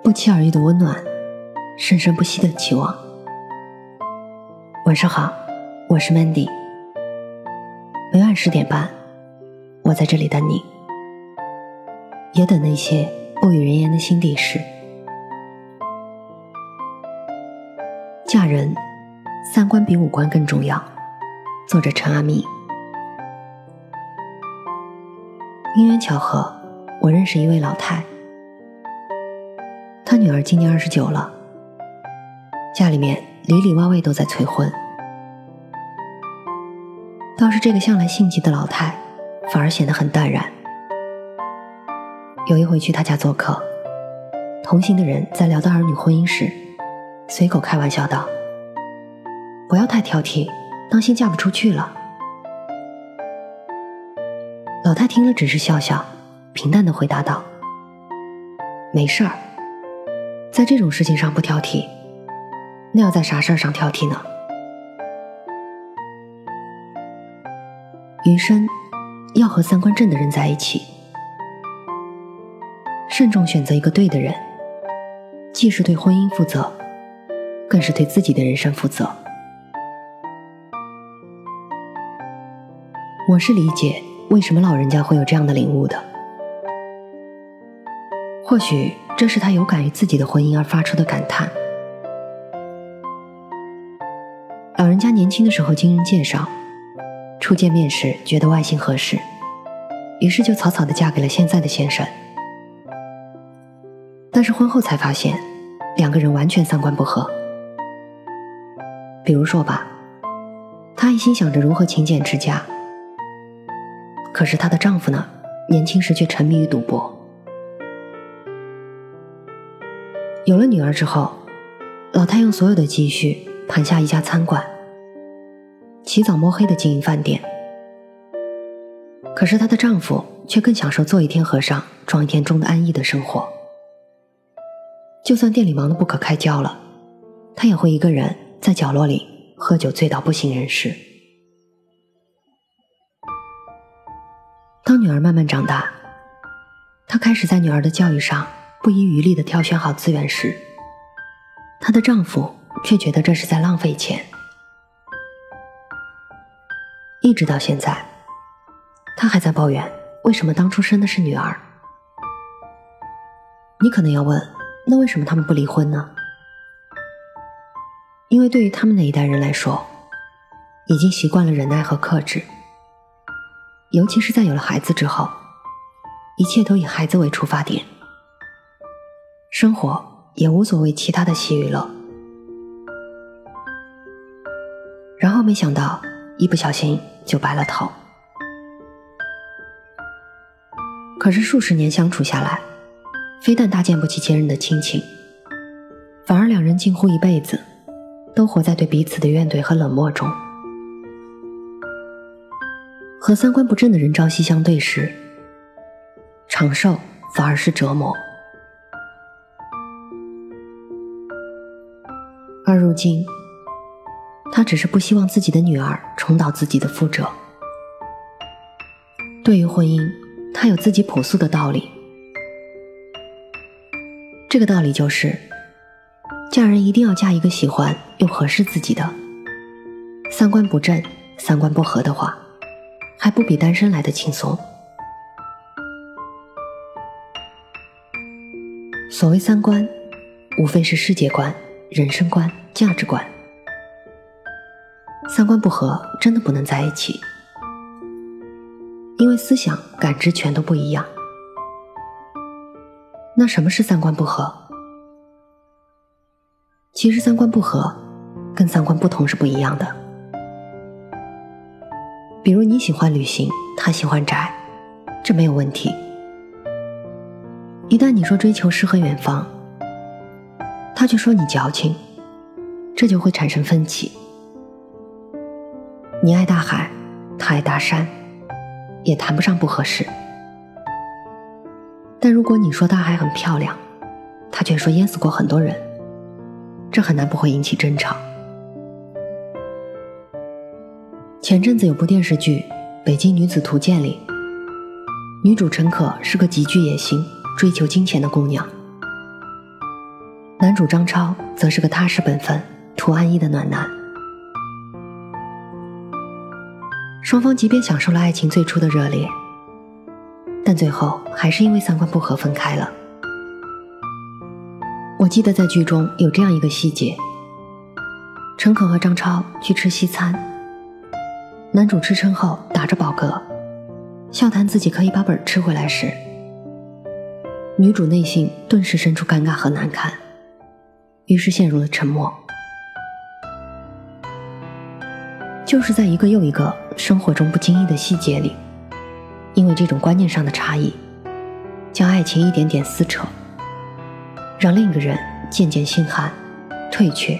不期而遇的温暖，生生不息的期望。晚上好，我是 Mandy。 每晚10点半，我在这里等你，也等那些不与人言的心底事。嫁人3观比5观更重要。作者陈阿密。因缘巧合，我认识一位老太，她女儿今年29了，家里面里里外外都在催婚。倒是这个向来性急的老太反而显得很淡然。有一回去她家做客，同行的人在聊到儿女婚姻时，随口开玩笑道：不要太挑剔，当心嫁不出去了。老太听了只是笑笑，平淡地回答道：没事儿，在这种事情上不挑剔，那要在啥事儿上挑剔呢？余生要和3观正的人在一起，慎重选择一个对的人，既是对婚姻负责，更是对自己的人生负责。我是理解为什么老人家会有这样的领悟的。或许这是他有感于自己的婚姻而发出的感叹。老人家年轻的时候经人介绍，初见面时觉得外形合适，于是就草草地嫁给了现在的先生。但是婚后才发现2个人完全3观不合。比如说吧，她一心想着如何勤俭持家，可是她的丈夫呢，年轻时却沉迷于赌博。有了女儿之后，老太用所有的积蓄盘下一家餐馆，起早摸黑的经营饭店。可是她的丈夫却更享受做一天和尚撞一天钟的安逸的生活。就算店里忙得不可开交了，他也会一个人在角落里喝酒醉到不省人事。当女儿慢慢长大，她开始在女儿的教育上不遗余力地挑选好资源时，她的丈夫却觉得这是在浪费钱。一直到现在，她还在抱怨为什么当初生的是女儿。你可能要问，那为什么他们不离婚呢？因为对于他们那一代人来说，已经习惯了忍耐和克制，尤其是在有了孩子之后，一切都以孩子为出发点，生活也无所谓其他的喜与乐。然后没想到一不小心就白了头。可是数十年相处下来，非但搭建不起坚韧的亲情，反而2人近乎一辈子都活在对彼此的怨怼和冷漠中。和3观不正的人朝夕相对时，长寿反而是折磨。而如今，他只是不希望自己的女儿重蹈自己的覆辙。对于婚姻，他有自己朴素的道理。这个道理就是，嫁人一定要嫁一个喜欢又合适自己的。3观不正，3观不合的话，还不比单身来的轻松。所谓3观，无非是世界观、人生观、价值观。3观不合，真的不能在一起，因为思想、感知全都不一样。那什么是3观不合？其实3观不合跟3观不同是不一样的。比如你喜欢旅行，他喜欢宅，这没有问题。一旦你说追求诗和远方，他却说你矫情，这就会产生分歧。你爱大海，他爱大山，也谈不上不合适。但如果你说大海很漂亮，他却说淹死过很多人，这很难不会引起争吵。前阵子有部电视剧《北京女子图鉴》里，女主陈可是个极具野心、追求金钱的姑娘。 男主张超则是个踏实本分、图安逸的暖男。双方即便享受了爱情最初的热烈，但最后还是因为三观不合分开了。我记得在剧中有这样一个细节，陈可和张超去吃西餐，男主吃撑后打着饱嗝，笑谈自己可以把本吃回来时，女主内心顿时生出尴尬和难堪，于是陷入了沉默。就是在一个又一个生活中不经意的细节里，因为这种观念上的差异，将爱情一点点撕扯，让另一个人渐渐心寒退却，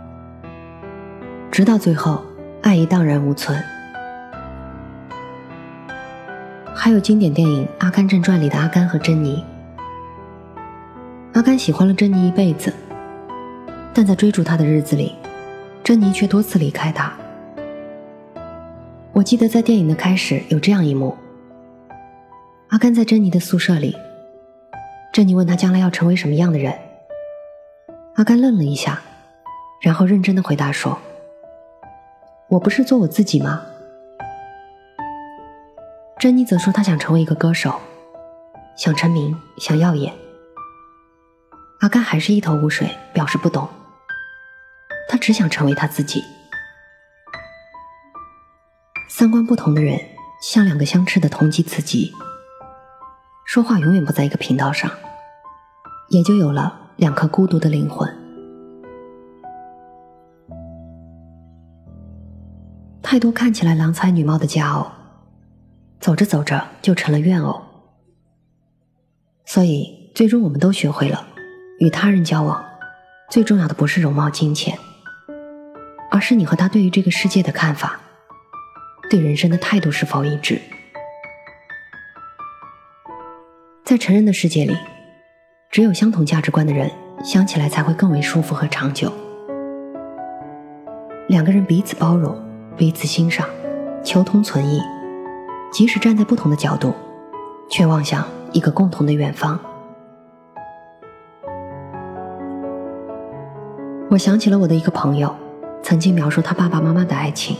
直到最后爱意荡然无存。还有经典电影《阿甘正传》里的阿甘和珍妮，阿甘喜欢了珍妮一辈子，但在追逐他的日子里，珍妮却多次离开他。我记得在电影的开始有这样一幕，阿甘在珍妮的宿舍里，珍妮问他将来要成为什么样的人，阿甘愣了一下，然后认真地回答说，我不是做我自己吗？珍妮则说她想成为一个歌手，想成名，想耀眼。阿甘还是一头雾水，表示不懂，他只想成为他自己。三观不同的人像两个相斥的同级词集，说话永远不在一个频道上，也就有了两颗孤独的灵魂。太多看起来郎才女貌的佳偶，走着走着就成了怨偶。所以最终我们都学会了，与他人交往最重要的不是容貌金钱，而是你和他对于这个世界的看法，对人生的态度是否一致。在成人的世界里，只有相同价值观的人相起来才会更为舒服和长久。两个人彼此包容，彼此欣赏，求同存异，即使站在不同的角度，却望向一个共同的远方。我想起了我的一个朋友曾经描述他爸爸妈妈的爱情。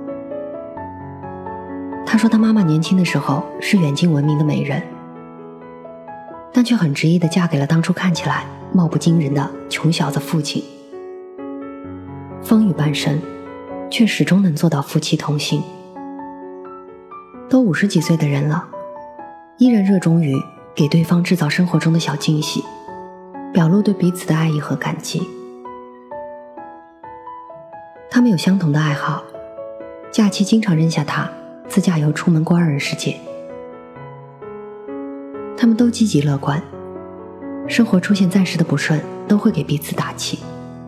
他说他妈妈年轻的时候是远近闻名的美人，但却很执意地嫁给了当初看起来貌不惊人的穷小子父亲。风雨半生，却始终能做到夫妻同心。都50几岁的人了，依然热衷于给对方制造生活中的小惊喜，表露对彼此的爱意和感激。他们有相同的爱好，假期经常扔下他自驾游出门过2人世界。他们都积极乐观，生活出现暂时的不顺都会给彼此打气。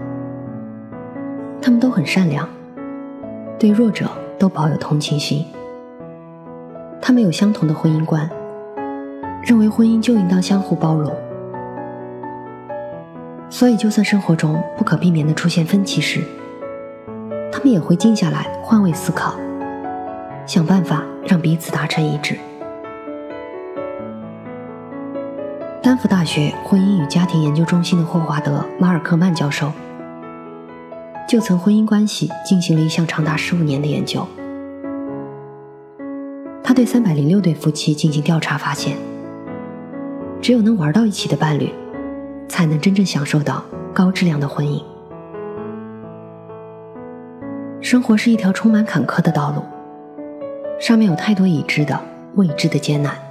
他们都很善良，对弱者都保有同情心。他们有相同的婚姻观，认为婚姻就应当相互包容。所以就算生活中不可避免地出现分歧时，他们也会静下来换位思考，想办法让彼此达成一致。丹佛大学婚姻与家庭研究中心的霍华德·马尔克曼教授就曾婚姻关系进行了一项长达15年的研究。他对306对夫妻进行调查，发现只有能玩到一起的伴侣才能真正享受到高质量的婚姻。生活是一条充满坎坷的道路，上面有太多已知的未知的艰难。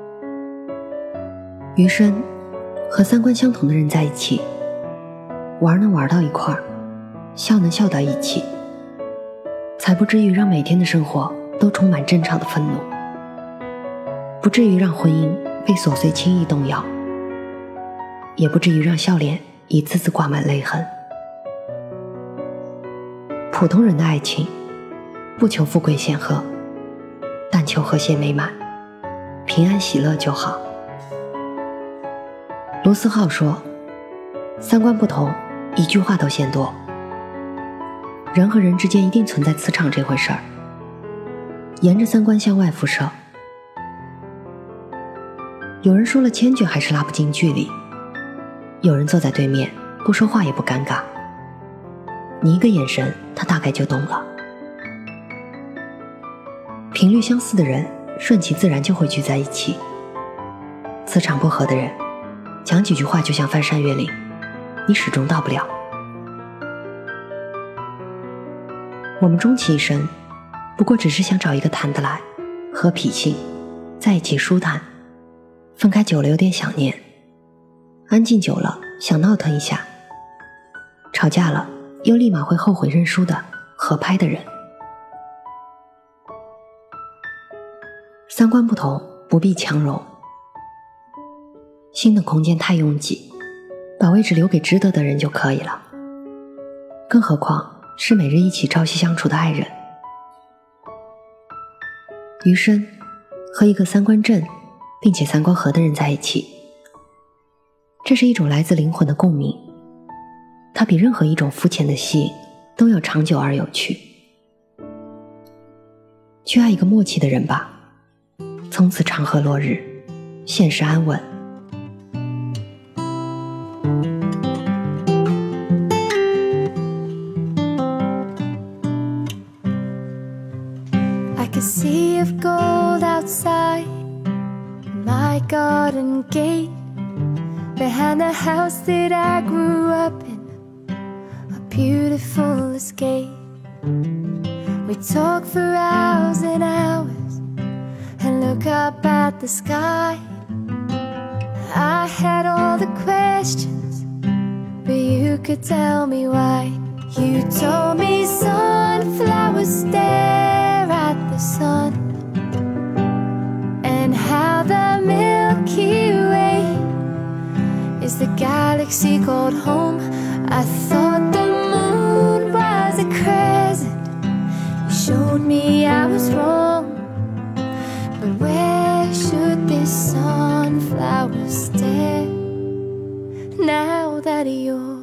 余生和三观相同的人在一起，玩能玩到一块儿，笑能笑到一起，才不至于让每天的生活都充满争吵的愤怒，不至于让婚姻被琐碎轻易动摇，也不至于让笑脸一次次挂满泪痕。普通人的爱情不求富贵显赫，但求和谐美满，平安喜乐就好。卢思浩说，三观不同，一句话都嫌多。人和人之间一定存在磁场这回事儿，沿着三观向外辐射。有人说了千句还是拉不近距离，有人坐在对面不说话也不尴尬，你一个眼神，他大概就懂了。频率相似的人，顺其自然就会聚在一起。磁场不合的人，讲几句话就像翻山越岭，你始终到不了。我们终其一生，不过只是想找一个谈得来、合脾性，在一起舒坦，分开久了有点想念，安静久了想闹腾一下，吵架了又立马会后悔认输的合拍的人。三观不同，不必强融。心的空间太拥挤，把位置留给值得的人就可以了，更何况是每日一起朝夕相处的爱人。余生和一个三观正并且三观合的人在一起，这是一种来自灵魂的共鸣，它比任何一种肤浅的吸引都要长久而有趣。去爱一个默契的人吧，从此长河落日，现实安稳。 A sea of gold outside my garden gate, behind the house that I grew up in, a beautiful escape. We talk for hours and hours and look up at the sky. I had all the questions, but you could tell me why. You told me sunflowers stare at the sun, and how the Milky Way is the galaxy called home. I thought the moon was a crescent. You showed me I was wrong, but where should this sunflower stare now that you're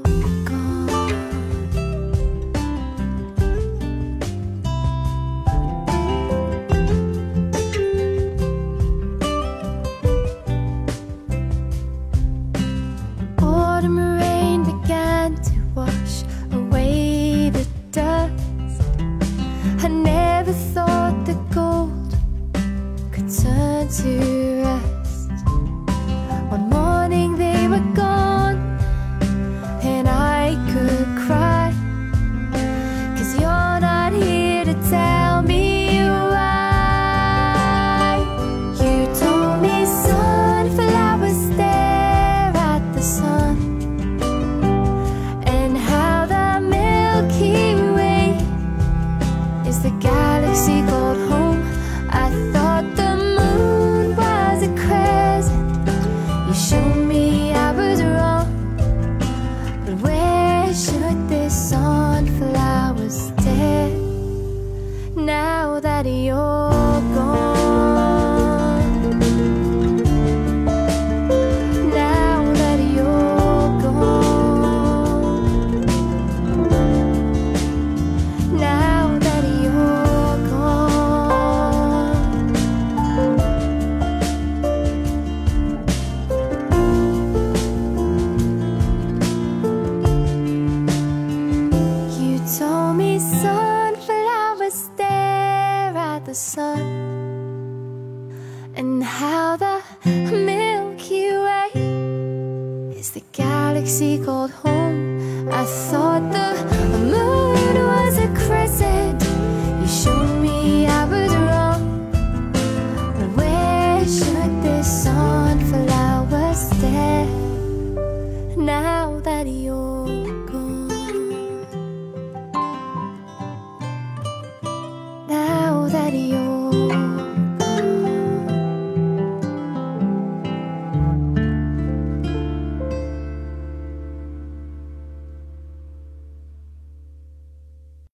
to rest? One morning they were gone, and I could cry, 'cause you're not here to tell me why. You told me sunflowers stare at the sun, and how the Milky Way is the galaxy called home. I thought the you showed me I was wrong, but where should this sunflower stare now that you're gone? Now that you're gone. Now that you're gone. You told me sunflowers stare at the sun, and how the Milky Way is the galaxy called home. I thought the